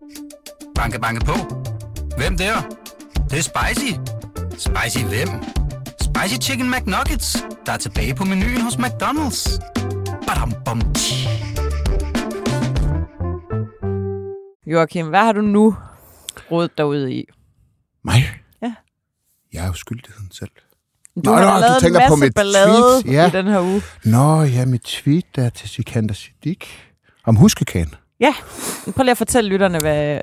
Banke, banke på. Hvem der? Det er spicy. Spicy hvem? Spicy Chicken McNuggets, der er tilbage på menuen hos McDonald's. Badum, bom, tji. Joachim, hvad har du nu rodet derude i? Mig? Ja. Jeg er jo skyldigheden selv. Du har lavet en masse ballade i den her uge. Nå, ja, mit tweet der til Sikander Siddiq om huskekagen. Ja, prøv lige at fortælle lytterne, hvad...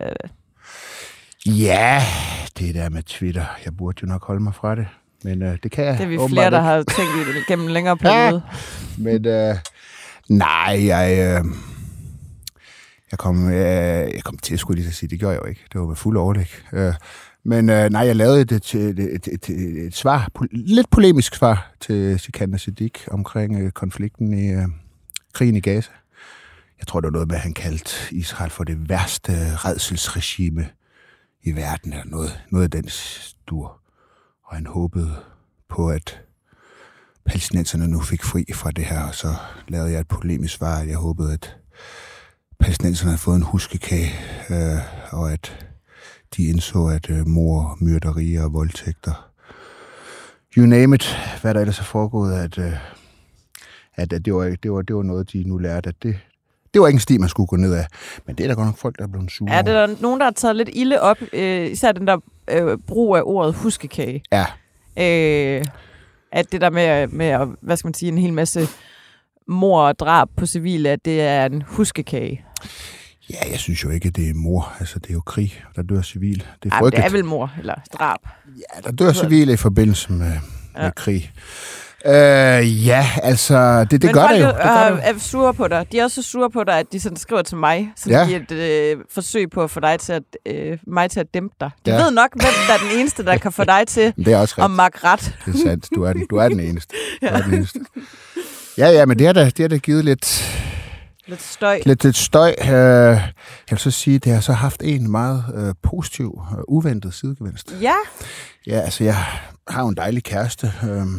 Ja, det der med Twitter. Jeg burde jo nok holde mig fra det. Men det kan jeg. Det er vi flere, der har tænkt i det gennem en længere periode. Men nej, jeg kom til, skulle lige sige, det gjorde jeg jo ikke. Det var med fuld overlæg. Men nej, jeg lavede et svar, lidt polemisk svar til Sikander Siddiq omkring konflikten i krigen i Gaza. Jeg tror, det var noget med, at han kaldte Israel for det værste rædselsregime i verden, eller noget af den stur. Og han håbede på, at palæstinenserne nu fik fri fra det her, og så lavede jeg et polemisk svar. Jeg håbede, at palæstinenserne havde fået en huskekage, og at de indså, at mord, myrderi og voldtægter, you name it, hvad der ellers er foregået, at det var noget, de nu lærte, at det var ikke en sti, man skulle gå ned af. Men det er der godt nok folk, der er blevet sure. Er der nogen, der har taget lidt ilde op, især den der brug af ordet huskekage? Ja. At det der med hvad skal man sige, en hel masse mord og drab på civile, at det er en huskekage. Ja, jeg synes jo ikke, at det er mord. Altså, det er jo krig, der dør civile. Det er frygteligt. Det er vel mord, eller drab? Ja, der dør civile i forbindelse med krig. Ja, altså, det gør det jo. Men folk er sure på dig. De er også så sure på dig, at de sådan skriver til mig, så de et forsøg på at få dig til mig til at dæmpe dig. De ved nok, hvem der er den eneste, der kan få dig til at makke ret. Det er sandt. Du er den eneste. Ja, men det har da givet lidt støj. Lidt støj. Jeg vil så sige, at det har så haft en meget positiv, uventet sidegevinst. Ja. Ja, altså, jeg har jo en dejlig kæreste,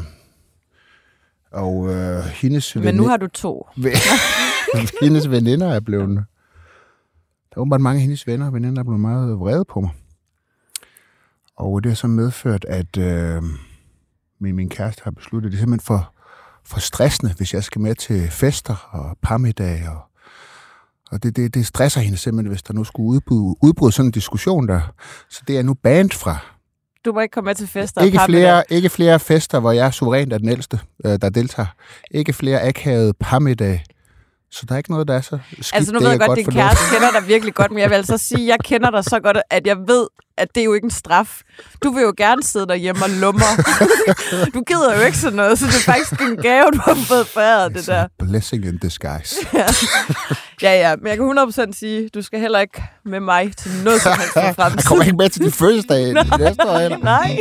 og hendes men nu har du 2. Hendes veninder er blevet... Der er åbenbart mange af hendes venner og veninder, der er blevet meget vrede på mig. Og det har så medført, at min kæreste har besluttet, at det er simpelthen for stressende, hvis jeg skal med til fester og parmiddag. Og det stresser hende simpelthen, hvis der nu skulle udbryde sådan en diskussion der. Så det er nu bandet fra. Du må ikke komme med til fester. Ikke flere fester, hvor jeg suverænt er den ældste, der deltager. Ikke flere akavede parmiddag. Så der er ikke noget, der er så skidt. Altså nu ved jeg godt, at din kæreste kender dig virkelig godt, men jeg vil altså sige, at jeg kender dig så godt, at jeg ved, at det er jo ikke en straf. Du vil jo gerne sidde derhjemme og lummer. Du gider jo ikke sådan noget, så det er faktisk en gave, du har fået foræret, det der. Blessing in disguise. Ja, men jeg kan 100% sige, du skal heller ikke med mig til noget som helst for fremtiden. Jeg kommer ikke med til din fødselsdag næste år, eller? Nej.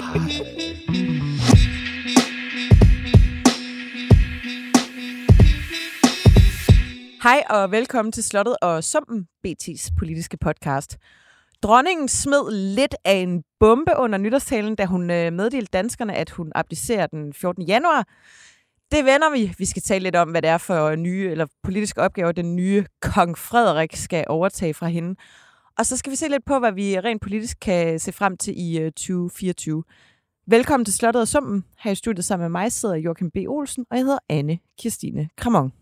Hej og velkommen til Slottet og Sumpen, BT's politiske podcast. Dronningen smed lidt af en bombe under nytårstalen, da hun meddelte danskerne, at hun abdicerer den 14. januar. Det vender vi. Vi skal tale lidt om, hvad det er for nye eller politiske opgaver, den nye kong Frederik skal overtage fra hende. Og så skal vi se lidt på, hvad vi rent politisk kan se frem til i 2024. Velkommen til Slottet og Sumpen. Her i studiet sammen med mig sidder Joachim B. Olsen, og jeg hedder Anne Kirstine Kramon.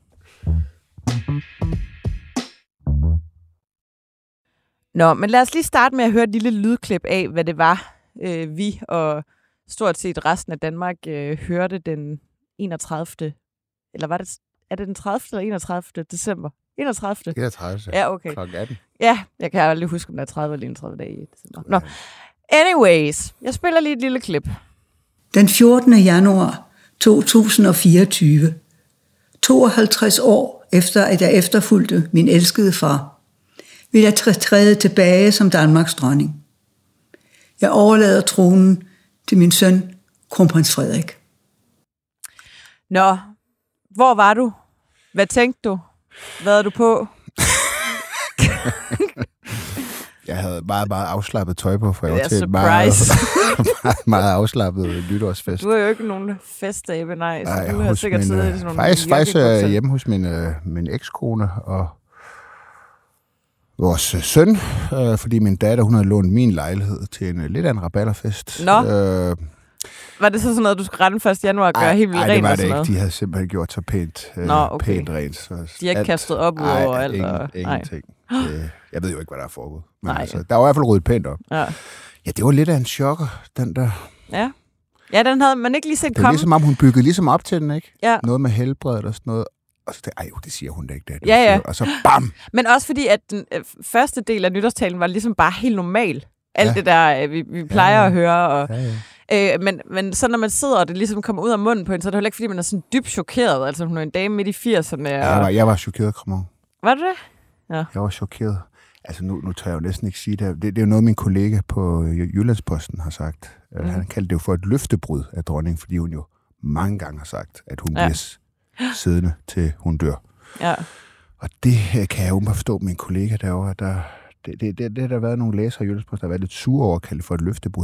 Nå, men lad os lige starte med at høre et lille lydklip af, hvad det var, vi og stort set resten af Danmark hørte den 31. Eller er det den 30. eller 31. december? 31. 31. Ja, okay. Klokken 18. Ja, jeg kan aldrig huske, om der er 30 eller 31 dage i december. Nå, anyways, jeg spiller lige et lille klip. Den 14. januar 2024, 52 år efter, at jeg efterfulgte min elskede far, vil jeg træde tilbage som Danmarks dronning. Jeg overlader tronen til min søn, kronprins Frederik. Nå, hvor var du? Hvad tænkte du? Hvad er du på? Jeg havde meget afslappet tøj på, for jeg var til surprise. meget afslappet nytårsfest. Du har jo ikke nogen festabe, nej. Så du har sikkert siddet i sådan nogle... Faktisk hjemme hos min ekskone, og vores søn, fordi min datter, hun havde lånt min lejlighed til en lidt af en rabalderfest. Nå. Var det så sådan noget, du skulle rende 1. januar og gøre helt vildt rent? Nej, det var og det sådan ikke. De havde simpelthen gjort så pænt rent. Så de har ikke kastet op ud over alt? Ingenting. Jeg ved jo ikke, hvad der er foregået. Men altså, der var i hvert fald ryddet pænt op. Ja, det var lidt af en chokker, den der. Ja, den havde man ikke lige set komme. Det var ligesom om, hun byggede ligesom op til den, ikke? Ja. Noget med helbredet og sådan noget. Og så tænkte det siger hun da ikke. Det ja. Og så bam! Men også fordi, at den første del af nytårstalen var ligesom bare helt normal. Alt det der, vi plejer at høre. Og, men så når man sidder, og det ligesom kommer ud af munden på hende, så er det heller ikke, fordi man er sådan dybt chokeret. Altså, hun er en dame midt i 80'erne. Jeg var chokeret, Kramon. Var du det? Ja. Jeg var chokeret. Altså, nu tør jeg jo næsten ikke sige det. Det er jo noget, min kollega på Jyllandsposten har sagt. Han kaldte det jo for et løftebrud af dronningen, fordi hun jo mange gange har sagt, at hun bliver siddende, til hun dør. Ja. Og det kan jeg jo bare forstå min kollega derovre. Det har der været nogle læsere i Jyllandsposten, der har været lidt sure over at kalde for et løftebrud.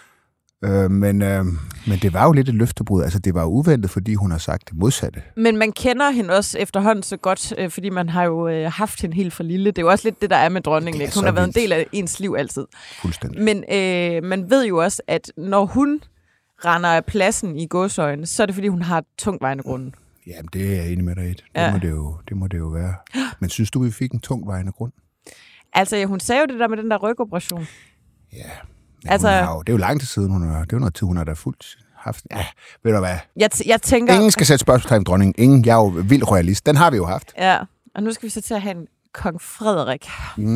Men det var jo lidt et løftebrud. Altså, det var uventet, fordi hun har sagt det modsatte. Men man kender hende også efterhånden så godt, fordi man har jo haft hende helt fra lille. Det er jo også lidt det, der er med dronningen. Hun har været en del af ens liv altid. Fuldstændig. Men man ved jo også, at når hun render af pladsen i gåseøjne, så er det, fordi hun har tungtvejende grund. Jamen, det er jeg enig med dig i. Det må det jo være. Men synes du, vi fik en tungtvejende grund? Altså, hun sagde jo det der med den der rygoperation. Ja. Altså, det er jo lang tid siden, det er jo noget tid, hun har da fuldt haft. Ja, ved du hvad? Jeg tænker... Ingen skal sætte spørgsmålstegn ved dronningen. Ingen. Jeg er jo vild royalist. Den har vi jo haft. Ja, og nu skal vi så til at have en kong Frederik.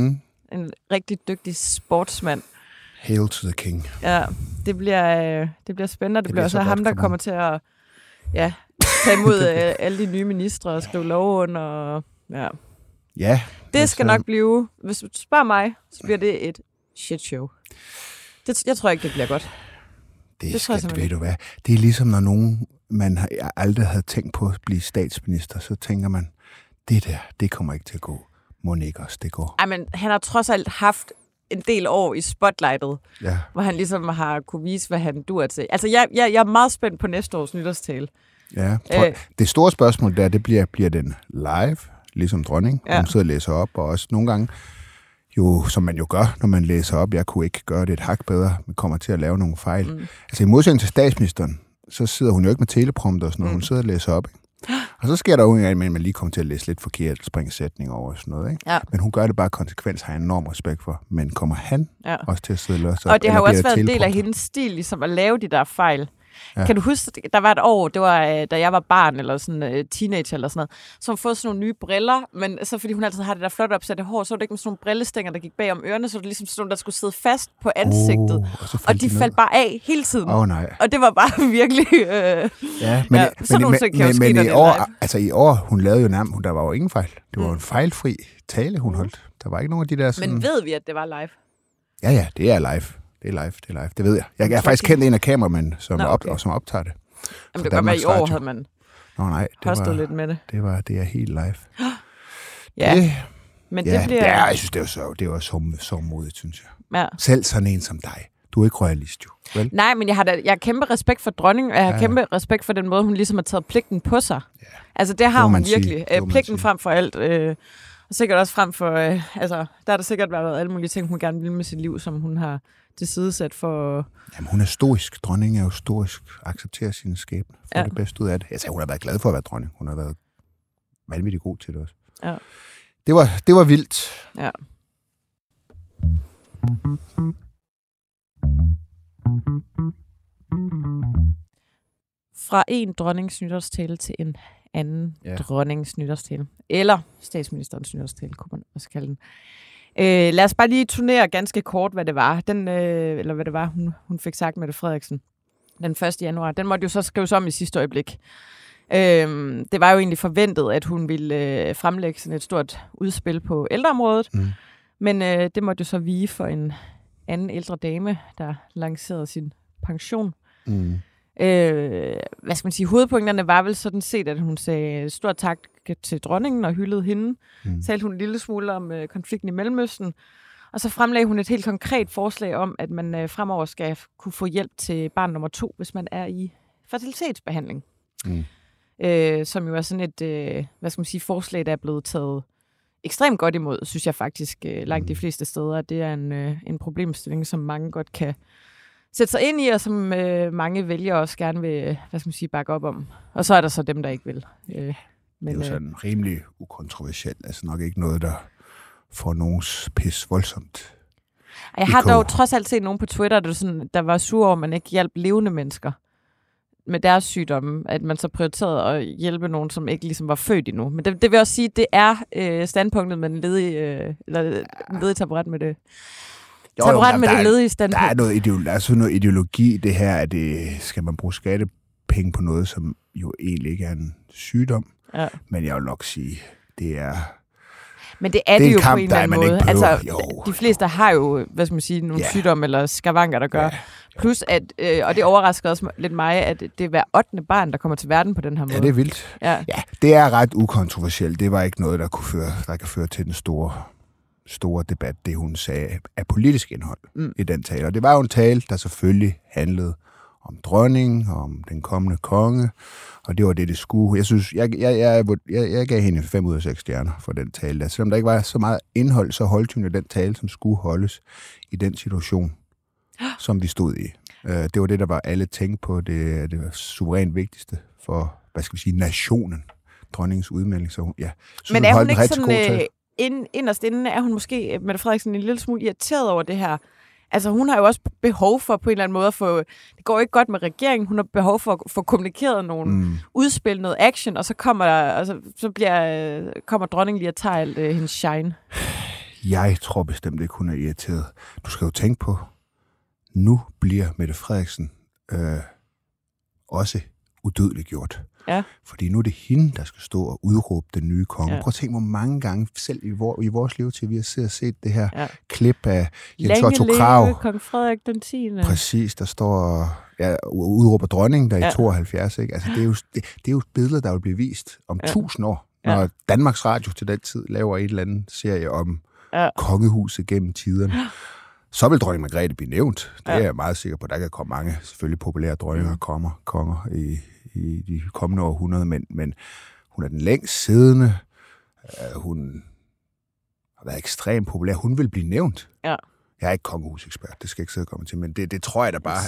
En rigtig dygtig sportsmand. Hail to the king. Ja, det bliver spændende. Det bliver også ham, der kommer til at tage imod alle de nye ministre og skrive lov under. Og, ja. Det skal nok blive... Hvis du spørger mig, så bliver det et shit show. Jeg tror ikke, det bliver godt. Det tror jeg, ved du hvad. Det er ligesom, når nogen, man aldrig havde tænkt på at blive statsminister, så tænker man, det kommer ikke til at gå. Må ikke også, det går. Ej, men han har trods alt haft en del år i spotlightet, hvor han ligesom har kunne vise, hvad han duer til. Altså, jeg er meget spændt på næste års nytårstale. Ja, det store spørgsmål det bliver den live, ligesom dronning. Hun sidder og læser op, og også nogle gange, jo, som man jo gør, når man læser op. Jeg kunne ikke gøre det et hak bedre, men kommer til at lave nogle fejl. Altså i modsætning til statsministeren, så sidder hun jo ikke med teleprompter og sådan noget. Hun sidder og læser op, ikke? Og så sker der jo at man lige kommer til at læse lidt forkert, springe sætninger over og sådan noget, ikke? Ja. Men hun gør det bare konsekvens, har jeg enorm respekt for. Men kommer han også til at sidde og løse op? Og det har jo også været en del af hendes stil, ligesom at lave de der fejl. Ja. Kan du huske, der var et år, det var, da jeg var barn, eller sådan teenager, eller sådan noget, så hun fået sådan nogle nye briller, men så fordi hun altid har det der flot opsatte hår, så var det ikke med sådan nogle brillestænger, der gik bag om ørerne, så var det ligesom sådan nogle, der skulle sidde fast på ansigtet. Og de faldt bare af hele tiden. Nej. Og det var bare virkelig... i år, hun lavede jo nærmest, der var jo ingen fejl. Det var en fejlfri tale, hun holdt. Der var ikke nogen af de der sådan... Men ved vi, at det var live? Ja, det er live. Det er live. Det ved jeg. Jeg har faktisk kendt en af kameramændene, som optager det. Jamen, det kan være, i år havde man hostet lidt med det. Det er helt live. Men det bliver... jeg synes, det var så modigt, synes jeg. Ja. Selv sådan en som dig. Du er ikke royalist, jo. Vel? Nej, men jeg har kæmpe respekt for dronningen, og jeg har kæmpe respekt for den måde, hun ligesom har taget pligten på sig. Ja. Altså, det har hun virkelig. Pligten frem for alt. Og sikkert også frem for... der har der sikkert været alle mulige ting, hun gerne vil med sit liv, som hun har tilsidesat for... Jamen, hun er stoisk. Dronningen er jo stoisk. Accepterer sine skæbne. Får det bedste ud af det. Altså, hun har været glad for at være dronning. Hun har været vanvittigt god til det også. Ja. Det var vildt. Ja. Fra en dronnings nytårstale til en anden dronnings nytårstale. Eller statsministerens nytårstale, kunne man også kalde den. Lad os bare lige turnere ganske kort, hvad det var. Hun fik sagt, Mette Frederiksen den 1. januar. Den måtte jo så skrives om i sidste øjeblik. Det var jo egentlig forventet, at hun ville fremlægge sådan et stort udspil på ældreområdet. Men det måtte jo så vige for en anden ældre dame, der lancerede sin pension. Hvad skal man sige, hovedpunkterne var vel sådan set, at hun sagde stort tak til dronningen og hyldede hende. Talte hun en lille smule om konflikten i Mellemøsten. Og så fremlagde hun et helt konkret forslag om, at man fremover skal kunne få hjælp til barn nummer 2, hvis man er i fertilitetsbehandling. Som jo er sådan et, forslag, der er blevet taget ekstremt godt imod, synes jeg faktisk langt de fleste steder. Det er en problemstilling, som mange godt kan sætte sig ind i, og som mange vælgere også gerne vil, bakke op om. Og så er der så dem, der ikke vil. Men, det er jo sådan rimelig ukontroversielt. Altså nok ikke noget, der får nogens pis voldsomt. Jeg har dog trods alt set nogen på Twitter, der var sur over, at man ikke hjalp levende mennesker med deres sygdomme, at man så prioriterede at hjælpe nogen, som ikke ligesom var født endnu. Men det vil også sige, at det er standpunktet med den ledige taburet med det. Taburet med det ledige standpunkt. Der er noget ideologi, det her, at skal man bruge skattepenge på noget, som jo egentlig ikke er en sygdom. Ja. Men jeg vil nok sige, det er... Men det er det jo kamp, på en eller anden måde. Altså, de fleste har jo, nogle sygdomme eller skavanker, der gør. Plus, at, og det overrasker også lidt mig, at det er hver 8. barn, der kommer til verden på den her måde. Ja, det er vildt. Ja, det er ret ukontroversielt. Det var ikke noget, der kan føre til den store debat, det hun sagde af politisk indhold i den tale. Og det var jo en tale, der selvfølgelig handlede om dronningen, om den kommende konge, og det var det skulle. Jeg synes, jeg gav hende 5 ud af 6 stjerner for den tale der. Selvom der ikke var så meget indhold, så holdt hun den tale, som skulle holdes i den situation, som vi stod i. Det var det, der var alle tænkte på. Det var suverænt vigtigste for, nationen. Dronningens udmelding. Så men er hun ikke sådan, inderst inden er hun måske, Mette Frederiksen, en lille smule irriteret over det her? Altså, hun har jo også behov for på en eller anden måde at få... Det går ikke godt med regeringen. Hun har behov for at få kommunikeret nogle udspil, noget action, og så kommer dronningen lige og tager alt hendes shine. Jeg tror bestemt ikke, hun er irriteret. Du skal jo tænke på, nu bliver Mette Frederiksen også udødeliggjort. Ja. Fordi nu er det hende, der skal stå og udråbe den nye konge. Ja. Prøv at tænke, hvor mange gange selv i vores liv til, vi har set det her klip af Jens Otto Krag. Længe kong Frederik den 10. Præcis, der står udråber dronningen der i 72. Ikke? Altså, det er jo billeder, der vil blive vist om 1000 år, når Danmarks Radio til den tid laver en eller anden serie om kongehuset gennem tiderne. Ja. Så vil dronning Margrethe blive nævnt. Det er jeg meget sikker på. Der kan komme mange selvfølgelig populære dronninger og konger i de kommende århundreder, men hun er den længst siddende. Hun har været ekstremt populær. Hun vil blive nævnt. Ja. Jeg er ikke kongehusekspert, det skal ikke sidde og komme til, men det tror jeg da bare,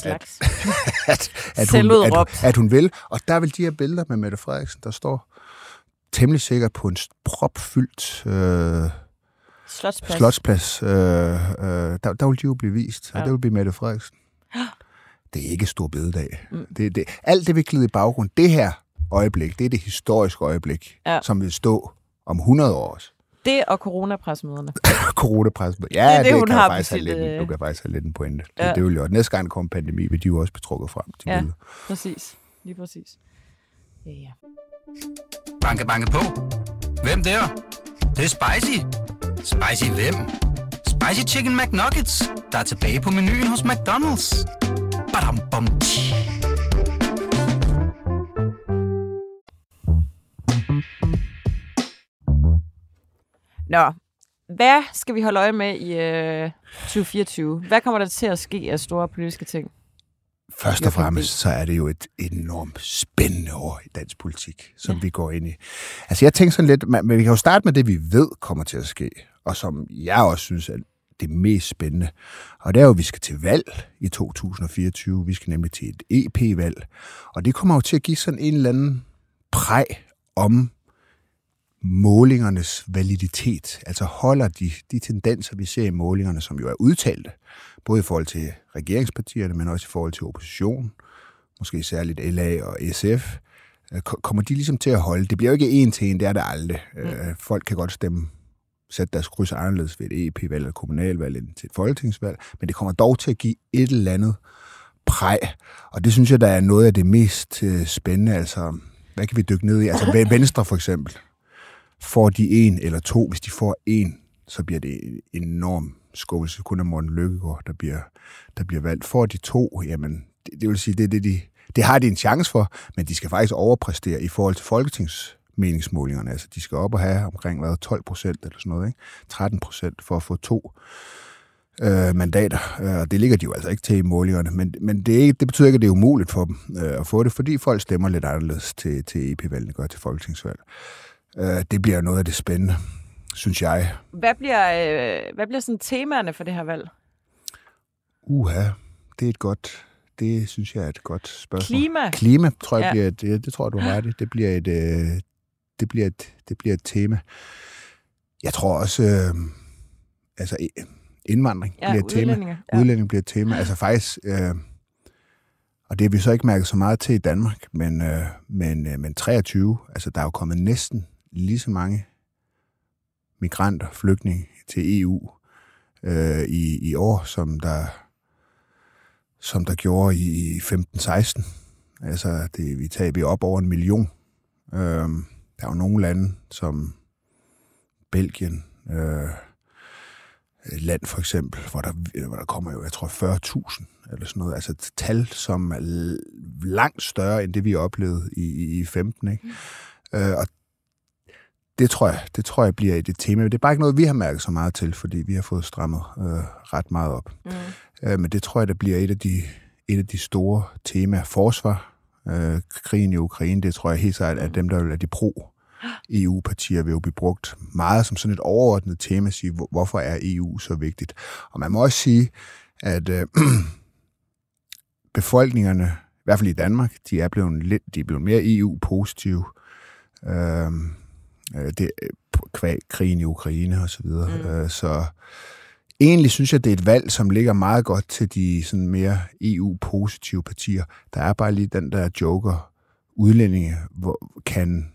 at hun vil. Og der vil de her billeder med Mette Frederiksen, der står temmelig sikkert på en propfyldt slotsplads. Der vil de jo blive vist, og det vil blive Mette Frederiksen. Det er ikke stor bededag. Alt det, vi glider i baggrund, det her øjeblik, det er det historiske øjeblik, som vil stå om 100 år. Det og coronapressemøderne. Ja, det hun kan har faktisk have lidt, du kan faktisk have lidt en pointe. Det vil jo. Næste gang der kommer pandemi, vil de jo også blive trukket frem til billeder. Præcis. Lige præcis. Ja. Banke, banke på. Hvem der? Det er spicy. Spicy hvem? Spicy Chicken McNuggets, der er tilbage på menuen hos McDonald's. Badum, bom, Nå, hvad skal vi holde øje med i 2024? Hvad kommer der til at ske af store politiske ting? Først og fremmest, så er det jo et enormt spændende år i dansk politik, som vi går ind i. Altså, jeg tænker sådan lidt, men vi kan jo starte med det, vi ved kommer til at ske, og som jeg også synes er det mest spændende. Og det er jo, at vi skal til valg i 2024. Vi skal nemlig til et EP-valg. Og det kommer jo til at give sådan en eller anden præg om målingernes validitet. Altså holder de tendenser, vi ser i målingerne, som jo er udtalte, både i forhold til regeringspartierne, men også i forhold til oppositionen, måske særligt LA og SF, kommer de ligesom til at holde. Det bliver jo ikke en til en, det er det aldrig. Folk kan godt sætte deres kryds anderledes ved et EP-valg eller kommunalvalg end til et folketingsvalg, men det kommer dog til at give et eller andet præg. Og det synes jeg, der er noget af det mest spændende. Altså, hvad kan vi dykke ned i? Altså Venstre for eksempel. Får de 1 eller 2, hvis de får 1, så bliver det en enorm skuffelse. Kun af Morten Løkkegaard, der bliver valgt. Får de 2, jamen, det vil sige, det har de en chance for, men de skal faktisk overpræstere i forhold til folketingsmeningsmålingerne. Altså, de skal op og have omkring 12% eller sådan noget, ikke? 13% for at få 2 mandater. Og det ligger de jo altså ikke til i målingerne, men det betyder ikke, at det er umuligt for dem at få det, fordi folk stemmer lidt anderledes til EP-valgene gør til folketingsvalg. Det bliver noget af det spændende. synes jeg. Hvad bliver sådan temaerne for det her valg? Det synes jeg er et godt spørgsmål. Klima, tror jeg bliver det tror jeg, du har ret i. Det bliver et tema. Jeg tror også, indvandring bliver et tema. Udlænding bliver et tema. Altså faktisk, og det har vi så ikke mærket så meget til i Danmark, men 23, altså der er jo kommet næsten lige så mange migranter, flygtninge til EU i år, som der gjorde i 15-16. Altså, vi er op over 1 million. Der er jo nogle lande, som Belgien, land for eksempel, hvor der kommer jo, jeg tror, 40.000 eller sådan noget. Altså et tal, som er langt større, end det vi oplevede i 15, ikke? Og det tror jeg bliver et tema. Det er bare ikke noget, vi har mærket så meget til, fordi vi har fået strammet ret meget op. Men det tror jeg, der bliver et af de store temaer. Forsvar, krigen i Ukraine, det tror jeg helt sikkert, at dem, der vil de pro-EU-partier, vil jo blive brugt meget som sådan et overordnet tema, at sige, hvorfor er EU så vigtigt. Og man må også sige, at befolkningerne, i hvert fald i Danmark, de er blevet mere EU-positive. Det kvæg krigen i Ukraine og så videre. Så egentlig synes jeg, det er et valg, som ligger meget godt til de sådan mere EU-positive partier. Der er bare lige den der joker udlændinge, hvor kan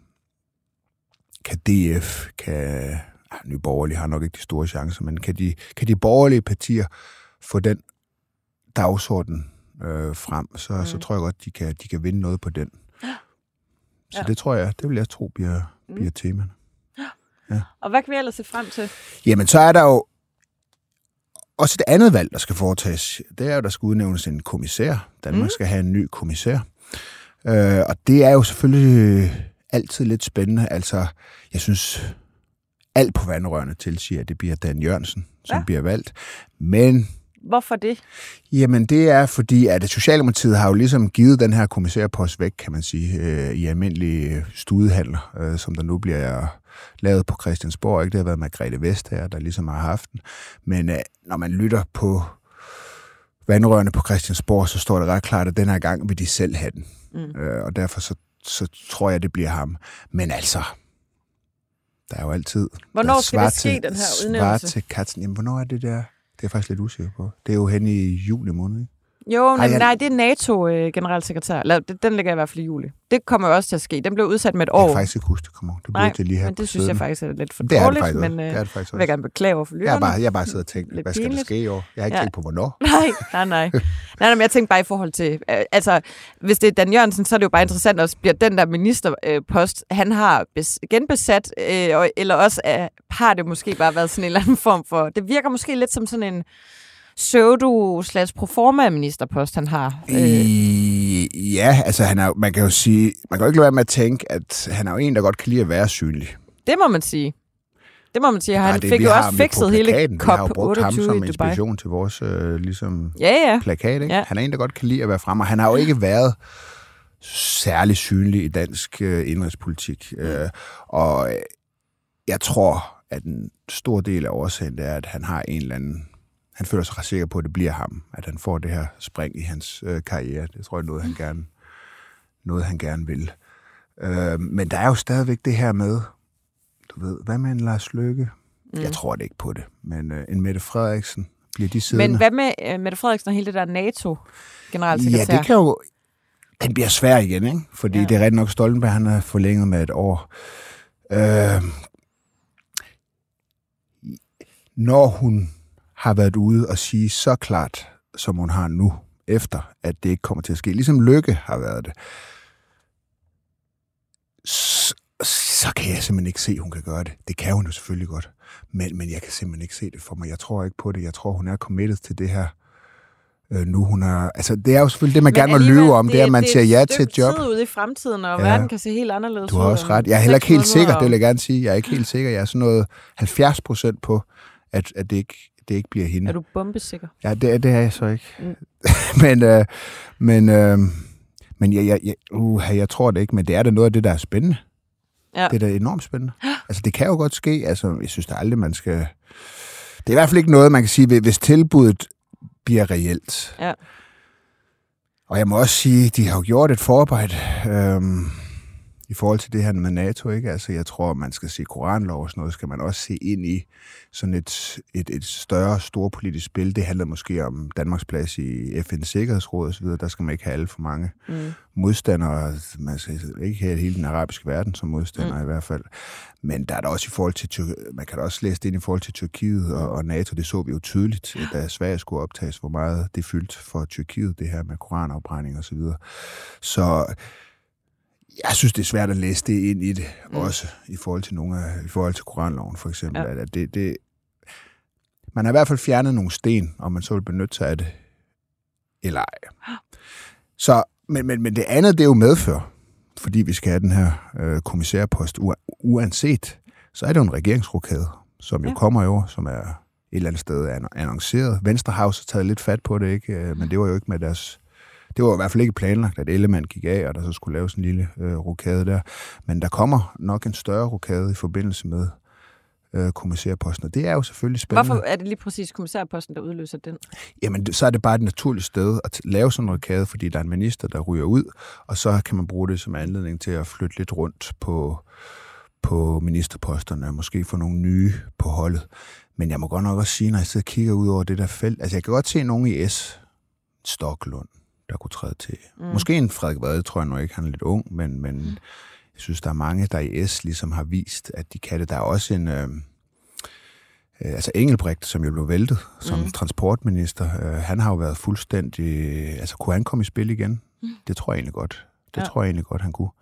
DF, Nye Borgerlige har nok ikke de store chancer, men kan de borgerlige partier få den dagsorden frem, så tror jeg godt, de kan vinde noget på den. Så det vil jeg tro bliver temaerne. Ja. Og hvad kan vi ellers se frem til? Jamen, så er der jo også et andet valg, der skal foretages. Det er jo, der skal udnævnes en kommissær. Danmark skal have en ny kommissær. Og det er jo selvfølgelig altid lidt spændende. Altså, jeg synes, alt på vandrørene tilsiger, at det bliver Dan Jørgensen, som bliver valgt. Men hvorfor det? Jamen, det er fordi, at Socialdemokratiet har jo ligesom givet den her kommissærpost væk, kan man sige, i almindelige studehandler, som der nu bliver lavet på Christiansborg. Ikke? Det har været Margrethe Vestager, der ligesom har haft den. Men når man lytter på vandrørene på Christiansborg, så står det ret klart, at den her gang vil de selv have den. Og derfor så tror jeg, det bliver ham. Men altså, der er jo altid... Hvornår skal det ske, den her udnævnelse? Til katzen. Jamen, hvornår er det der? Det er jeg faktisk lidt usikker på. Det er jo hen i juli måned, ikke? Jo, nej, det er NATO-generalsekretær. Den ligger i hvert fald i juli. Det kommer jo også til at ske. Den blev udsat med et år. Jeg kan faktisk ikke huske, det kommer. Det bliver til lige her. Men det synes jeg faktisk er lidt for dårligt. Men det er det faktisk jeg vil gerne beklage over for lytterne. Jeg har bare siddet og tænkt, hvad skal der ske i år? Jeg har ikke tænkt på, hvornår. Nej, men jeg tænkte bare i forhold til... altså, hvis det er Dan Jørgensen, så er det jo bare interessant, at bliver den der ministerpost, han har genbesat, eller også har det måske bare været sådan en eller anden form for... Det virker måske lidt som sådan en pseudo/proforma-ministerpost, han har. Ja, altså man kan jo sige, man kan jo ikke lade være med at tænke, at han er jo en, der godt kan lide at være synlig. Det må man sige. Han fik jo også fikset hele COP28 i Dubai. Vi har jo brugt ham som inspiration til vores plakat. Ikke? Ja. Han er en, der godt kan lide at være fremme, og han har jo ikke været særlig synlig i dansk indrigspolitik. Og jeg tror, at en stor del af årsagen er, at han har en eller anden... Han føler sig ret sikker på, at det bliver ham, at han får det her spring i hans karriere. Det tror jeg er noget, han gerne vil. Men der er jo stadigvæk det her med, du ved, hvad med en Lars Løkke? Jeg tror det ikke på det, men en Mette Frederiksen, bliver de siddende? Men hvad med Mette Frederiksen og hele det der NATO-generalsekretær? Ja, det kan jo... Den bliver svær igen, ikke? Fordi det er rigtig nok Stoltenberg, han har forlænget med et år. Når hun har været ude og sige så klart, som hun har nu, efter at det ikke kommer til at ske, ligesom Løkke har været det, så kan jeg simpelthen ikke se, at hun kan gøre det. Det kan hun jo selvfølgelig godt, men jeg kan simpelthen ikke se det for mig. Jeg tror ikke på det. Jeg tror, hun er committed til det her. Nu hun er... Altså, det er jo selvfølgelig det, man gerne må lyve om, det er, at man siger ja til et job. Det er ude i fremtiden, og verden kan se helt anderledes ud. Du har også ret. Jeg er heller ikke helt sikker, det vil jeg gerne sige. Jeg er ikke helt sikker. Jeg er sådan noget 70% på, at det ikke bliver hende. Er du bombesikker? Ja, det er jeg så ikke. Men jeg tror det ikke, men det er da noget af det, der er spændende. Ja. Det er da enormt spændende. Altså, det kan jo godt ske. Altså, jeg synes da aldrig, man skal... Det er i hvert fald ikke noget, man kan sige, hvis tilbuddet bliver reelt. Ja. Og jeg må også sige, de har jo gjort et forarbejde i forhold til det her med NATO, ikke? Altså, jeg tror, man skal se koranlov og sådan noget, skal man også se ind i sådan et større, storpolitisk spil. Det handler måske om Danmarks plads i FN's Sikkerhedsråd og så videre. Der skal man ikke have alt for mange modstandere. Man skal ikke have hele den arabiske verden som modstandere i hvert fald. Men der er der også i forhold til man kan da også læse det ind i forhold til Tyrkiet og NATO. Det så vi jo tydeligt, da Sverige skulle optages, hvor meget det fyldte for Tyrkiet, det her med koranafbrænding og så videre. Så jeg synes, det er svært at læse det ind i det, også i forhold til i forhold til koranloven for eksempel. Ja. At man har i hvert fald fjernet nogle sten, om man så vil benytte sig af det, eller ej. Så, men det andet, det er jo medfør, fordi vi skal have den her kommissærpost uanset, så er det jo en regeringsrokade, som jo kommer i år, som er et eller andet sted annonceret. Venstre har også taget lidt fat på det, ikke? Men det var jo ikke med deres... Det var i hvert fald ikke planlagt, at Ellemann gik af, og der så skulle laves en lille rokade der. Men der kommer nok en større rokade i forbindelse med kommissærposten, og det er jo selvfølgelig spændende. Hvorfor er det lige præcis kommissærposten, der udløser den? Jamen, så er det bare et naturligt sted at lave sådan en rokade, fordi der er en minister, der ryger ud, og så kan man bruge det som anledning til at flytte lidt rundt på ministerposterne, og måske få nogle nye på holdet. Men jeg må godt nok også sige, når jeg sidder og kigger ud over det der felt, altså jeg kan godt se nogen i Stoklund, der kunne træde til. Måske en Frederik Vad, tror jeg nu ikke, han er lidt ung, men jeg synes, der er mange, der i ligesom har vist, at de kan det. Der er også en... altså Engelbrecht, som jo blev væltet som transportminister, han har jo været fuldstændig... Altså, kunne han komme i spil igen? Det tror jeg egentlig godt. Tror jeg egentlig godt, han kunne.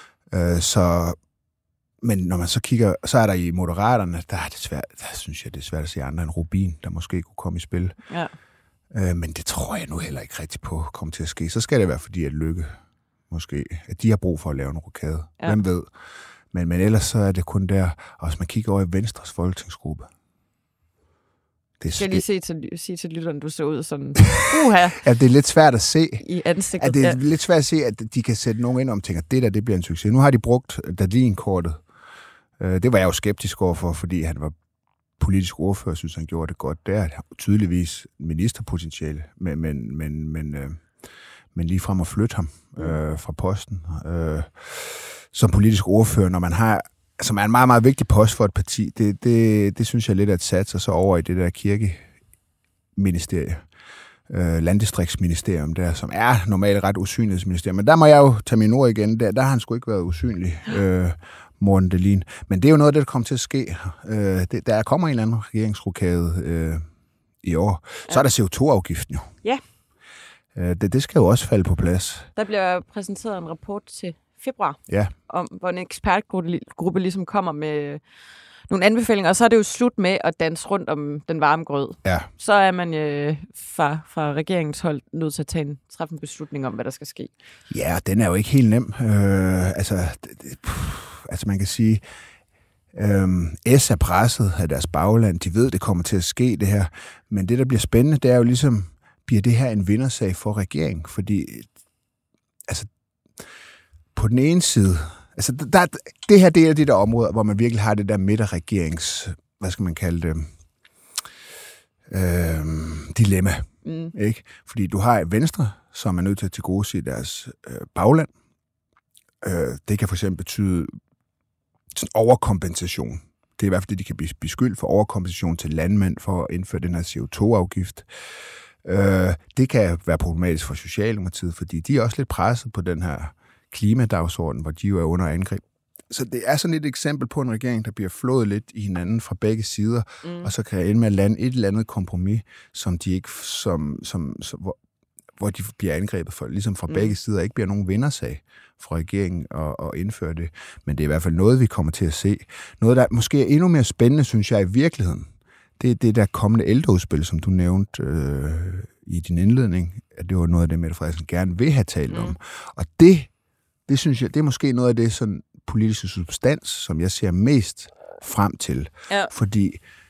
Men når man så kigger... Så er der i Moderaterne, der synes jeg, det er svært at se andre end Rubin, der måske kunne komme i spil. Ja. Men det tror jeg nu heller ikke rigtig på kommer til at ske. Så skal det være, fordi at Løkke måske, at de har brug for at lave en rokade. Ja. Hvem ved? Men ellers så er det kun der, og hvis man kigger over i Venstres folketingsgruppe. Skal jeg lige sige til lytteren, du ser ud sådan, ja, det er lidt svært at se. I ansigtet. At det er lidt svært at se, at de kan sætte nogen ind og tænker, det bliver en succes. Nu har de brugt Dahlin-kortet. Det var jeg jo skeptisk overfor, fordi han var politisk ordfører, synes han gjorde det godt. Der er tydeligvis ministerpotentiale, men lige frem at flytte ham fra posten. Som politisk ordfører, når man har, som er en meget, meget vigtig post for et parti, det synes jeg lidt at satse sig så over i det der kirkeministerie, landdistriktsministerium der, som er normalt ret usynlighedsministerium. Men der må jeg jo tage mine ord igen. Der har han sgu ikke været usynlig. Morten Dahlin. Men det er jo noget af det, der kommer til at ske. Der kommer en eller anden regeringsrokade i år. Ja. Så er der CO2-afgiften jo. Ja. Det skal jo også falde på plads. Der bliver præsenteret en rapport til februar, hvor en ekspertgruppe ligesom kommer med nogle anbefalinger, og så er det jo slut med at danse rundt om den varme grød. Ja. Så er man fra regeringens hold nødt til at træffe en beslutning om, hvad der skal ske. Ja, den er jo ikke helt nem. Altså man kan sige, S er presset af deres bagland. De ved, det kommer til at ske det her. Men det, der bliver spændende, det er jo ligesom, bliver det her en vindersag for regeringen? Fordi, altså, på den ene side, altså, det her, det er de der områder, hvor man virkelig har det der midterregerings, hvad skal man kalde det, dilemma. Ikke? Fordi du har Venstre, som er nødt til at tilgodese deres bagland. Det kan for eksempel betyde sådan overkompensation. Det er i hvert fald det, de kan blive beskyldt for overkompensation til landmænd for at indføre den her CO2-afgift. Det kan være problematisk for Socialdemokratiet, fordi de er også lidt presset på den her klimadagsorden, hvor de jo er under angreb. Så det er sådan et eksempel på en regering, der bliver flået lidt i hinanden fra begge sider, og så kan ende med at lande et eller andet kompromis, som de ikke, hvor de bliver angrebet for, ligesom fra begge sider, ikke bliver nogen vindersag fra regeringen at indføre det. Men det er i hvert fald noget, vi kommer til at se. Noget, der måske er endnu mere spændende, synes jeg, i virkeligheden. Det er det der kommende ældreudspil, som du nævnte i din indledning, at det var noget af det, Mette Frederiksen gerne vil have talt om. Og det synes jeg, det er måske noget af det sådan politiske substans, som jeg ser mest frem til. Ja. Fordi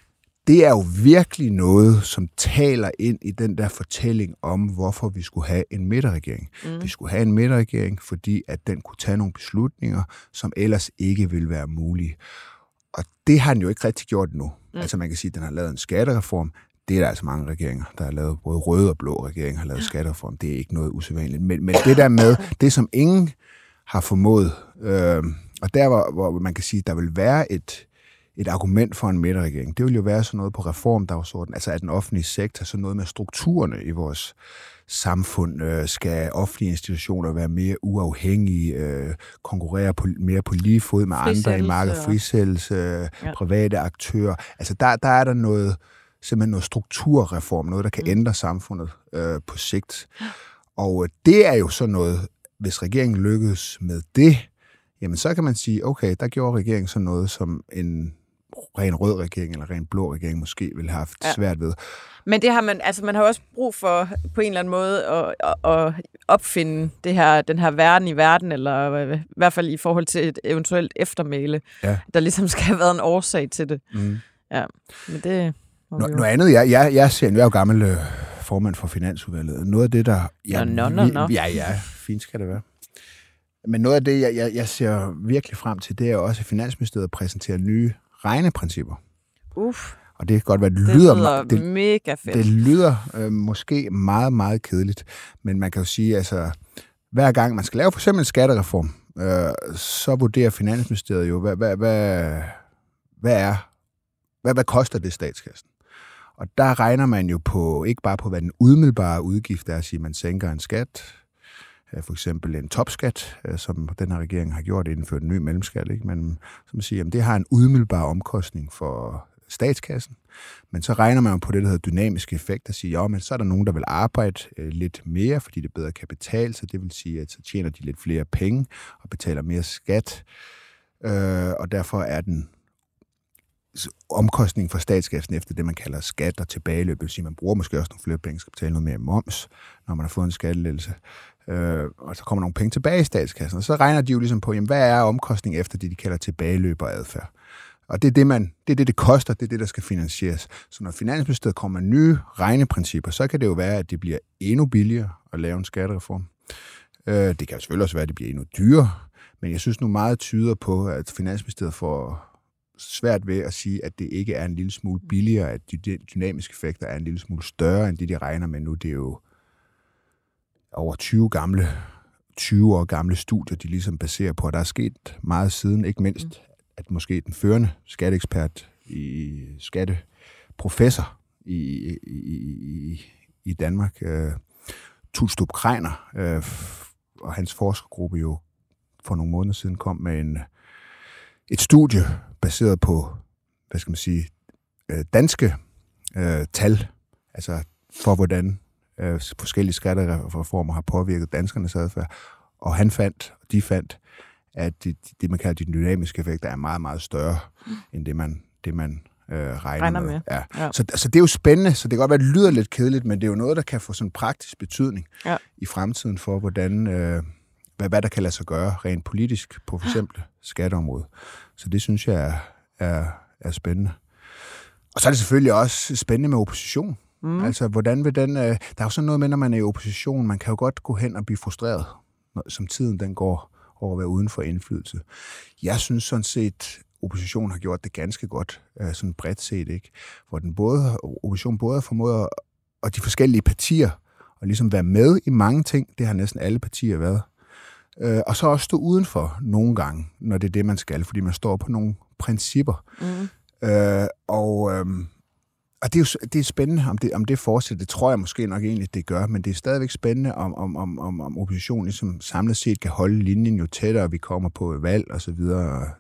det er jo virkelig noget, som taler ind i den der fortælling om, hvorfor vi skulle have en midterregering. Vi skulle have en midterregering, fordi at den kunne tage nogle beslutninger, som ellers ikke ville være mulige. Og det har den jo ikke rigtig gjort nu. Altså man kan sige, at den har lavet en skattereform. Det er der altså mange regeringer, der har lavet, både røde og blå regeringer har lavet skattereform. Det er ikke noget usædvanligt. Men det der med, det som ingen har formået, og der hvor man kan sige, der vil være et argument for en midterregering, det vil jo være sådan noget på reformdagsordenen, altså at den offentlige sektor, sådan noget med strukturerne i vores samfund, skal offentlige institutioner være mere uafhængige, konkurrere mere på lige fod med andre i markedet, frisættelse, private aktører. Altså der er der noget, simpelthen noget strukturreform, noget der kan ændre samfundet på sigt. Og det er jo sådan noget, hvis regeringen lykkes med det, jamen så kan man sige, okay, der gjorde regeringen sådan noget, som en ren rød regering eller ren blå regering måske ville have haft svært ved. Men det har man har også brug for på en eller anden måde at opfinde den her verden i verden, eller i hvert fald i forhold til et eventuelt eftermæle, der ligesom skal have været en årsag til det. Ja, men det... Noget andet, jeg ser, jeg er jo gammel formand for Finansudvalget. Noget af det, der... Ja, fint skal det være. Men noget af det, jeg ser virkelig frem til, det er jo også, at Finansministeriet præsenterer nye regneprincipper. Og det kan godt være, det lyder mega fedt. Det lyder måske meget, meget kedeligt, men man kan jo sige, altså, hver gang man skal lave for eksempel en skattereform, så vurderer Finansministeriet jo, hvad koster det statskassen? Og der regner man jo på, ikke bare på, hvad den umiddelbare udgift er, at sige, at man sænker en skat, for eksempel en topskat, som den her regering har gjort, indført en ny mellemskat, ikke? Men som siger, at det har en umiddelbar omkostning for statskassen, men så regner man på det, der hedder dynamiske effekt, og siger, men så er der nogen, der vil arbejde lidt mere, fordi det bedre kan betale sig, det vil sige, at så tjener de lidt flere penge og betaler mere skat, og derfor er den omkostning for statskassen efter det, man kalder skat og tilbageløb. Det vil sige, at man bruger måske også nogle flere penge, skal betale noget mere moms, når man har fået en skattelettelse. Og så kommer nogle penge tilbage i statskassen. Og så regner de jo ligesom på, jamen, hvad er omkostningen efter det, de kalder tilbageløb og adfærd. Og det er det koster, det er det, der skal finansieres. Så når Finansministeriet kommer med nye regneprincipper, så kan det jo være, at det bliver endnu billigere at lave en skattereform. Det kan jo selvfølgelig også være, at det bliver endnu dyrere, men jeg synes nu meget tyder på, at Finansministeriet får svært ved at sige, at det ikke er en lille smule billigere, at de dynamiske effekter er en lille smule større, end det, de regner med nu. Det er jo over 20 år gamle studier, de ligesom baserer på, at der er sket meget siden, ikke mindst, at måske den førende skatteekspert skatteprofessor i Danmark, Tulstrup Kreiner, og hans forskergruppe jo for nogle måneder siden kom med et studie baseret på, hvad skal man sige, danske tal, altså for hvordan forskellige skattereformer har påvirket danskernes adfærd, og de fandt, at det man kalder de dynamiske effekter er meget, meget større end det man regner med. Ja. Så det er jo spændende, så det kan godt være, at det lyder lidt kedeligt, men det er jo noget, der kan få sådan en praktisk betydning i fremtiden for, hvordan, hvad der kan lade sig gøre rent politisk på for eksempel skatteområdet. Så det synes jeg er spændende. Og så er det selvfølgelig også spændende med opposition. Altså, hvordan vil den... der er jo sådan noget med, når man er i opposition, man kan jo godt gå hen og blive frustreret, som tiden den går over at være uden for indflydelse. Jeg synes sådan set, oppositionen har gjort det ganske godt, sådan bredt set, ikke? Hvor oppositionen både har formået, og de forskellige partier, at ligesom være med i mange ting, det har næsten alle partier været. Og så også stå udenfor nogle gange, når det er det, man skal, fordi man står på nogle principper. Og det er spændende, om det fortsætter. Det tror jeg måske nok egentlig, det gør, men det er stadigvæk spændende, om oppositionen ligesom samlet set kan holde linjen jo tættere, vi kommer på valg og så videre.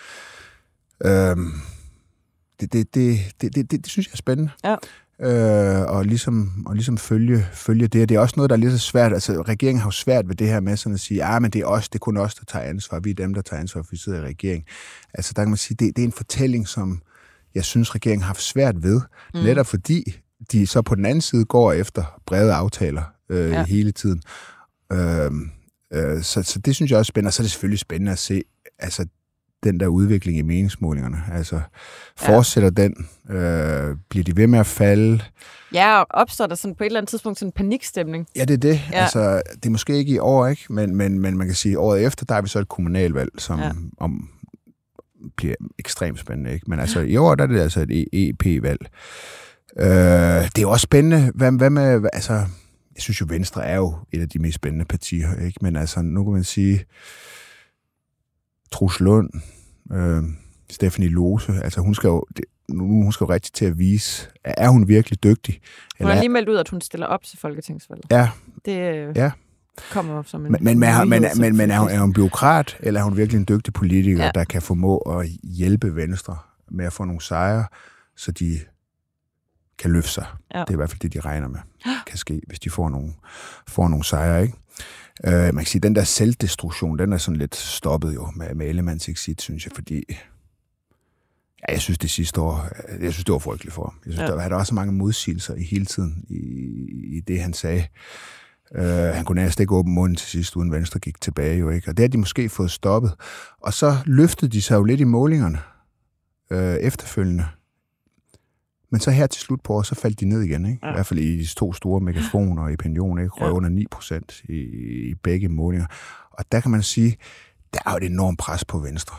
Det synes jeg er spændende. Ja. Og ligesom følge det. Det er også noget, der er lidt så svært. Altså, regeringen har jo svært ved det her med sådan at sige, men det er kun os, der tager ansvar. Vi er dem, der tager ansvar, for vi sidder i regering. Altså, der kan man sige, det er en fortælling, som jeg synes, regeringen har haft svært ved. Netop fordi de så på den anden side går efter brede aftaler hele tiden. Så det synes jeg også er spændende. Og så er det selvfølgelig spændende at se, altså den der udvikling i meningsmålingerne. Altså, fortsætter den? Bliver de ved med at falde? Ja, og opstår der sådan på et eller andet tidspunkt sådan en panikstemning? Ja, det er det. Ja. Altså, det er måske ikke i år, ikke? Men man kan sige, året efter, der er vi så et kommunalvalg, som bliver ekstremt spændende, ikke? Men altså, i år, der er det altså et EP-valg. Det er jo også spændende. Hvad med, altså, jeg synes jo, Venstre er jo et af de mest spændende partier, ikke? Men altså, nu kan man sige, Troels Lund, Stephanie Lose, altså hun skal jo rigtig til at vise, er hun virkelig dygtig? Hun har lige meldt ud, at hun stiller op til folketingsvalget. Ja. Det kommer som en... Men er hun bureaukrat, eller er hun virkelig en dygtig politiker, der kan formå at hjælpe Venstre med at få nogle sejre, så de kan løfte sig? Ja. Det er i hvert fald det, de regner med kan ske, hvis de får nogle sejre, ikke? Man kan sige, den der selvdestruktion, den er sådan lidt stoppet jo med Ellemanns exit, synes jeg, fordi jeg synes det sidste år, det var frygteligt for ham. Jeg synes, der var også mange modsigelser i hele tiden i det, han sagde. Han kunne næsten ikke åbne munden til sidst, uden Venstre gik tilbage jo, ikke? Og det har de måske fået stoppet. Og så løftede de sig jo lidt i målingerne efterfølgende. Men så her til slut på året, så faldt de ned igen, ikke? I hvert fald i de 2 store megafoner i opinion, ikke? Røg under 9% i begge målinger. Og der kan man sige, der er jo et enormt pres på Venstre.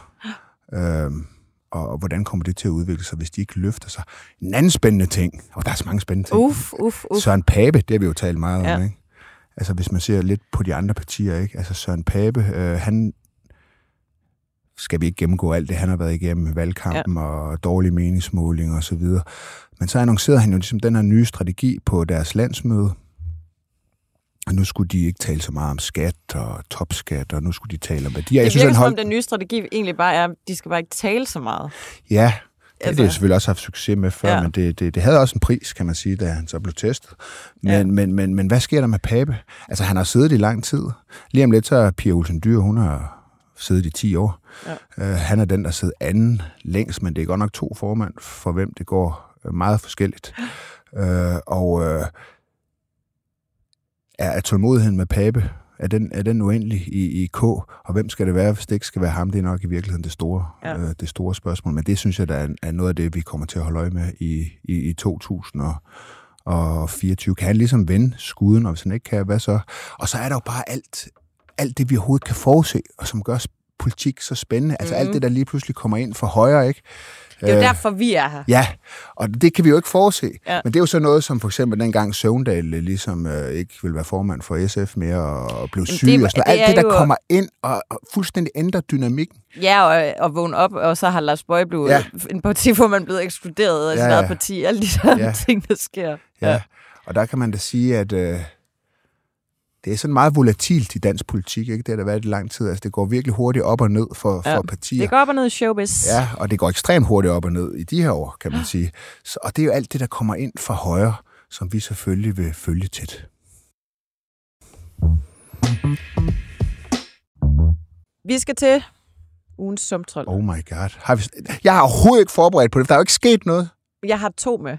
Og hvordan kommer det til at udvikle sig, hvis de ikke løfter sig? En anden spændende ting, og der er så mange spændende ting. Søren Pape, det har vi jo talt meget om, ikke? Altså hvis man ser lidt på de andre partier, ikke? Altså Søren Pape, han skal vi ikke gennemgå alt det, han har været igennem valgkampen og dårlige meningsmålinger og så videre. Men så annoncerede han jo ligesom den her nye strategi på deres landsmøde. Og nu skulle de ikke tale så meget om skat og topskat, og nu skulle de tale om værdier. Det virker som om den nye strategi egentlig bare er, at de skal bare ikke tale så meget. Ja, det har de selvfølgelig også haft succes med før, men det havde også en pris, kan man sige, da han så blev testet. Men hvad sker der med Pape? Altså, han har siddet i lang tid. Lige om lidt, så er Pia Olsen Dyhr, hun har siddet i 10 år. Han er den, der sidder anden længst, men det er godt nok 2 formand, for hvem det går meget forskelligt. Er tålmodigheden med Pape, er den uendelig i K, og hvem skal det være, hvis det ikke skal være ham? Det er nok i virkeligheden det store spørgsmål, men det synes jeg, der er noget af det, vi kommer til at holde øje med i 2024. Kan han ligesom vende skuden, og hvis han ikke kan, hvad så? Og så er der jo bare alt det, vi overhovedet kan forudse, og som gør politik så spændende. Altså alt det, der lige pludselig kommer ind for højre, ikke? Det er jo derfor, vi er her. Ja, og det kan vi jo ikke forudse. Ja. Men det er jo så noget, som for eksempel dengang Søvndal ligesom ikke ville være formand for SF mere og blev syg. Og sådan alt det, der kommer ind og fuldstændig ændrer dynamikken. Ja, og vågne op, og så har Lars Boje blevet en partiformand blevet ekskluderet af sit eget parti. Alle de der ting, der sker. Ja, og der kan man da sige, at det er sådan meget volatilt i dansk politik, ikke? Det har der været i lang tid. Altså, det går virkelig hurtigt op og ned for partier. Det går op og ned i showbiz. Ja, og det går ekstremt hurtigt op og ned i de her år, kan man sige. Og det er jo alt det, der kommer ind fra højre, som vi selvfølgelig vil følge tæt. Vi skal til ugens sumtrol. Oh my god. Jeg har overhovedet ikke forberedt på det, for der er jo ikke sket noget. Jeg har 2 med.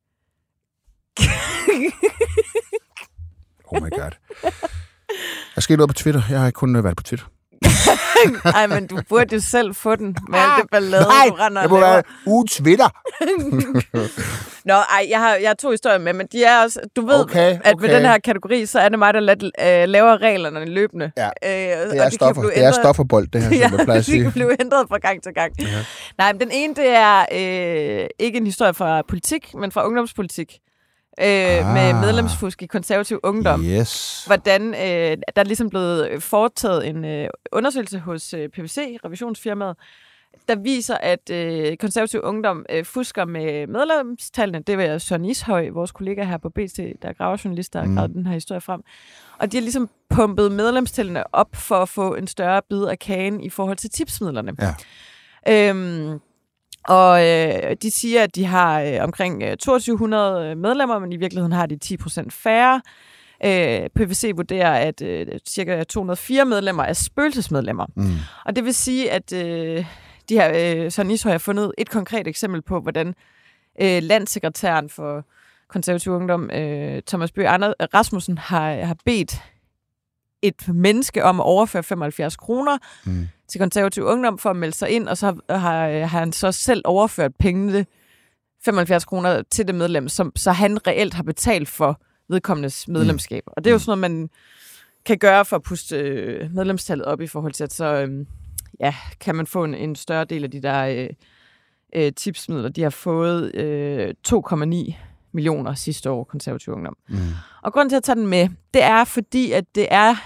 Oh my god. Der skete noget på Twitter. Jeg har ikke kun været på Twitter. Nej, men du burde jo selv få den med alt det ballade, du render og laver. Nej, det må være Twitter. Nå, jeg har 2 historier med, men de er også... Du ved, at med den her kategori, så er det mig, der laver reglerne løbende. Ja, det er stofferbold, det her, som jeg plejer at sige. Det kan blive ændret fra gang til gang. Ja. Nej, men den ene, det er ikke en historie fra politik, men fra ungdomspolitik. Med medlemsfusk i konservativ ungdom. Yes. Hvordan der er ligesom blevet foretaget en undersøgelse hos PwC, revisionsfirmaet, der viser, at konservativ ungdom fusker med medlemstallene. Det var Søren Ishøj, vores kollega her på BT, der er gravejournalist, der har gravet den her historie frem. Og de har ligesom pumpet medlemstallene op for at få en større bid af kagen i forhold til tipsmidlerne. Ja. Og de siger, at de har omkring 2200 medlemmer, men i virkeligheden har de 10% færre. PwC vurderer, at cirka 204 medlemmer er spøgelsesmedlemmer. Og det vil sige, at de her Søren Ishøj har fundet et konkret eksempel på, hvordan landssekretæren for konservativ ungdom, Thomas Bøge Rasmussen, har bedt et menneske om at overføre 75 kroner til Konservativ Ungdom for at melde sig ind, og så har han så selv overført pengene, 75 kroner, til det medlem, så han reelt har betalt for vedkommendes medlemskab. Og det er jo sådan noget, man kan gøre for at puste medlemstallet op i forhold til, at så kan man få en større del af de der tipsmidler. De har fået 2,9 millioner sidste år, Konservativ Ungdom. Og grunden til at tage den med, det er fordi, at det er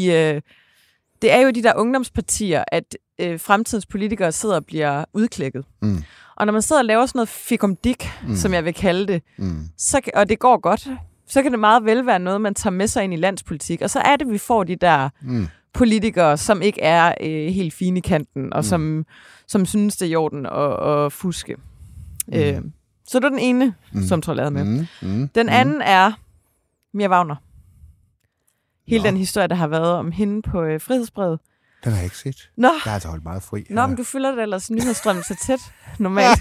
jo de der ungdomspartier, at fremtidens politikere sidder og bliver udklækket. Og når man sidder og laver sådan noget fikumdik, som jeg vil kalde det, og det går godt, så kan det meget vel være noget, man tager med sig ind i landspolitik. Og så er det, vi får de der politikere, som ikke er helt fine i kanten, og som synes, det er i orden at fuske. Så det er den ene, som tror jeg med. Den anden er Mia Wagner. Hele den historie, der har været om hende på Frihedsbrevet. Den har jeg ikke set. Nå. Jeg har altså holdt meget fri. Nå, men du følger det ellers nyhedsstrømmen så tæt, normalt.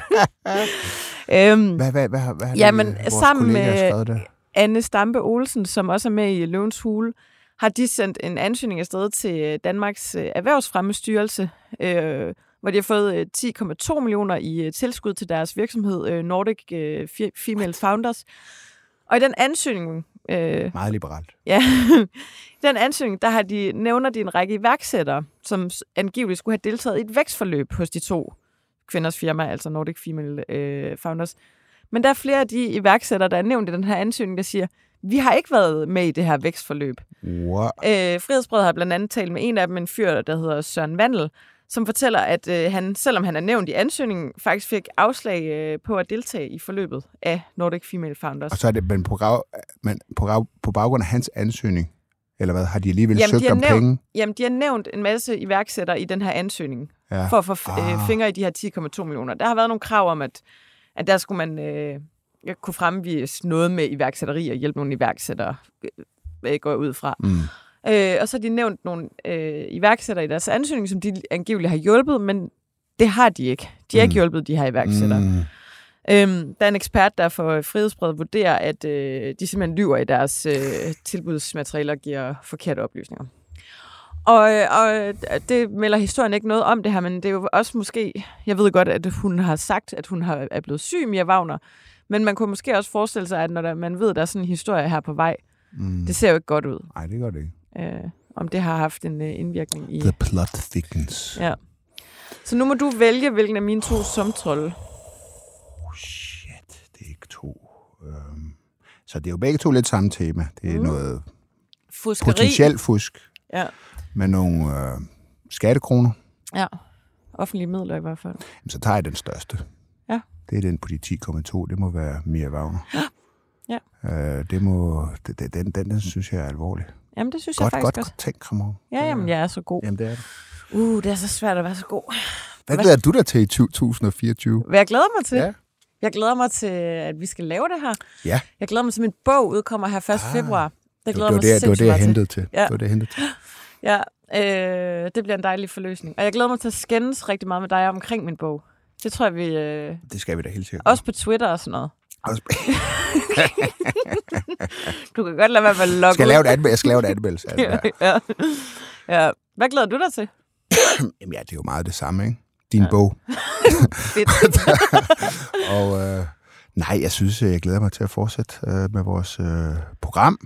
Hvad har jamen, sammen med Anne Stampe Olsen, som også er med i Løvens Hule, har de sendt en ansøgning afsted til Danmarks Erhvervsfremmestyrelse, hvor de har fået 10,2 millioner i tilskud til deres virksomhed Nordic Female Founders. Og i den ansøgning... meget liberalt. Ja, i den ansøgning, der nævner de en række iværksættere, som angiveligt skulle have deltaget i et vækstforløb hos de to kvinders firma, altså Nordic Female Founders. Men der er flere af de iværksættere, der er nævnt i den her ansøgning, der siger, vi har ikke været med i det her vækstforløb. Wow. Frihedsbrevet har blandt andet talt med en af dem, en fyr, der hedder Søren Vandel, som fortæller, at han, selvom han er nævnt i ansøgningen, faktisk fik afslag på at deltage i forløbet af Nordic Female Founders. Og så er det på baggrund af hans ansøgning, eller hvad, har de alligevel søgt om penge? Jamen, de har nævnt en masse iværksættere i den her ansøgning, for at få fingre i de her 10,2 millioner. Der har været nogle krav om, at der skulle man kunne fremvise noget med iværksætteri og hjælpe nogle iværksættere, går jeg ud fra. Og så har de nævnt nogle iværksættere i deres ansøgning, som de angiveligt har hjulpet, men det har de ikke. De har ikke hjulpet de her iværksættere. Der er en ekspert, der for Frihedsbrevet vurderer, at de simpelthen lyver i deres tilbudsmaterialer og giver forkerte oplysninger. Og det melder historien ikke noget om det her, men det er jo også måske... Jeg ved godt, at hun har sagt, at hun er blevet syg, Mia Wagner, men man kunne måske også forestille sig, at når man ved, at der er sådan en historie her på vej, det ser jo ikke godt ud. Nej, det gør det ikke. Om det har haft en indvirkning i... The plot thickens. Ja. Så nu må du vælge, hvilken af mine to somtrolde. Shit, det er ikke to. Så det er jo begge to lidt samme tema. Det er noget fuskeri. Potentielt fusk. Ja. Med nogle skattekroner. Ja, offentlige midler i hvert fald. Jamen, så tager jeg den største. Ja. Det er den på de 10,2. Det må være Mia Wagner. Ja. Den synes jeg er alvorlig. Jamen, det synes jeg faktisk godt. Godt tænkt, Ramon. Ja, jamen, jeg er så god. Jamen, det er det. Det er så svært at være så god. Hvad glæder du dig til i 2024? Hvad jeg glæder mig til? Ja. Jeg glæder mig til, at vi skal lave det her. Ja. Jeg glæder mig til, at min bog udkommer her 1. februar. Det var det, jeg hentede til. Ja. Det var det, jeg hentede til. Ja, det bliver en dejlig forløsning. Og jeg glæder mig til at skændes rigtig meget med dig omkring min bog. Det tror jeg, vi... Det skal vi da helt sikkert. Også på Twitter og sådan noget. Du kan godt lade være med at logge ud. Jeg skal lave et anmeldelse. Ja. Hvad glæder du dig til? Jamen ja, det er jo meget det samme, ikke? Din bog. Fedt. Og nej, jeg synes, jeg glæder mig til at fortsætte med vores program.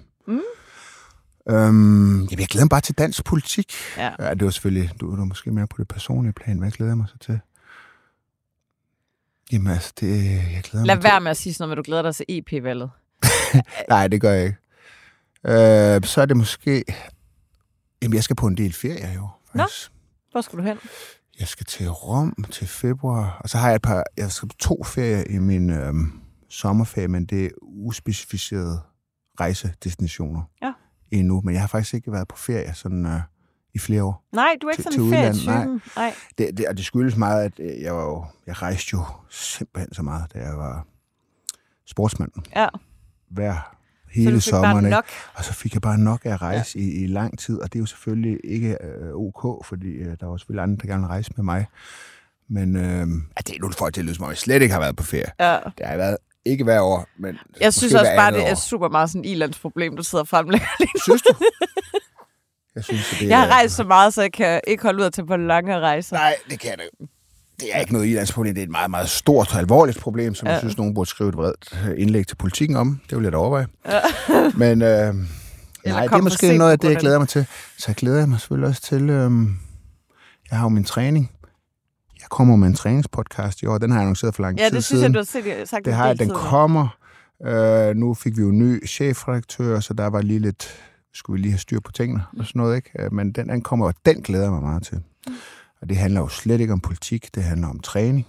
Jeg glæder mig bare til dansk politik. Ja. Det var selvfølgelig, du er måske mere på det personlige plan. Hvad glæder jeg mig så til? Jamen altså, jeg glæder mig til... Lad være med at sige sådan noget, men du glæder dig til EP-valget. Nej, det gør jeg ikke. Så er det måske... Jamen, jeg skal på en del ferie i år. Nå, hvor skal du hen? Jeg skal til Rom til februar, og så har jeg skal på 2 ferier i min sommerferie, men det er uspecificerede rejsedestinationer endnu. Men jeg har faktisk ikke været på ferie sådan i flere år. Nej, du er ikke sådan en ferietypen. Nej. Det skyldes meget, at jeg rejste jo simpelthen så meget, da jeg var sportsmand. Ja. Hele sommeren. Og så fik jeg bare nok af at rejse i lang tid, og det er jo selvfølgelig ikke ok, fordi der var selvfølgelig andre, der gerne vil rejse med mig. Men det er nogle folk til at lyde som om, jeg slet ikke har været på ferie. Ja. Det har jeg været ikke hver år, men jeg synes også bare, det er super meget sådan et ilandsproblem, du sidder og fremlægger lige nu. Synes du? Jeg synes, det jeg har rejst så meget, så jeg kan ikke holde ud at tage på lange rejser. Nej, det kan jeg da. Det er ikke noget ilandsproblem. Det er et meget, meget stort og alvorligt problem, som jeg synes, nogen burde skrive et vredt indlæg til Politikken om. Det vil jeg da overveje. Men nej, det er måske noget af det, jeg glæder mig til. Så jeg glæder mig selvfølgelig også til... jeg har jo min træning. Jeg kommer med en træningspodcast i år. Den har jeg annonceret for lang tid siden. Ja, det synes jeg, du har sagt. Det har jeg, den kommer. Nu fik vi jo en ny chefredaktør, så der var lige lidt... Skulle vi lige have styr på tingene og sådan noget, ikke? Men den kommer, og den glæder jeg mig meget til. Og det handler jo slet ikke om politik, det handler om træning.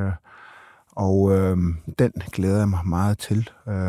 Den glæder jeg mig meget til.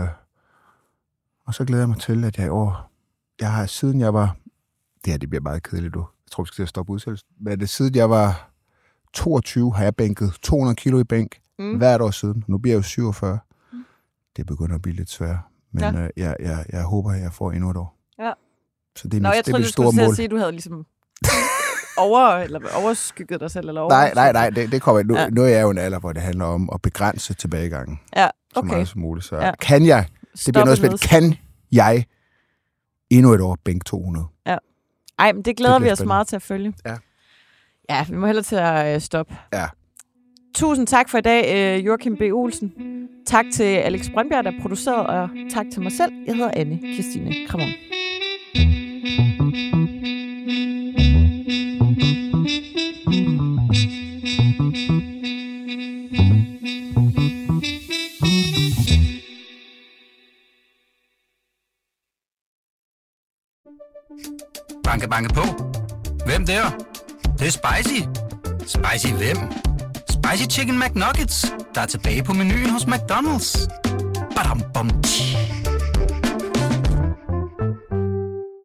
Og så glæder jeg mig til, at jeg i år... siden jeg var... Det bliver meget kedeligt, du. Jeg tror, vi skal til at stoppe udsættelsen. Men siden jeg var 22, har jeg bænket 200 kilo i bænk hvert år siden. Nu bliver jeg jo 47. Det begynder at blive lidt svært. Men jeg håber, at jeg får endnu et år. Ja. Så det er jeg troede, mit store mål. At sige, at du havde ligesom overskygget dig selv? Eller nej, det kommer ikke. Nu er jeg jo en alder, hvor det handler om at begrænse tilbagegangen. Ja, okay. Så meget som muligt. Så kan jeg, det bliver noget spændende, kan jeg endnu et år bænke 200? Ja. Ej, men det glæder vi os meget til at følge. Ja. Ja, vi må hellere til at stoppe. Ja. Tusind tak for i dag, Joachim B. Olsen. Tak til Alex Brøndbjerg, der producerede, og tak til mig selv. Jeg hedder Anne Christine Kramon. Banke, banke på. Hvem der? Det er spicy. Spicy hvem? Spicy Chicken McNuggets, der er tilbage på menuen hos McDonald's. Badum, bom, tji.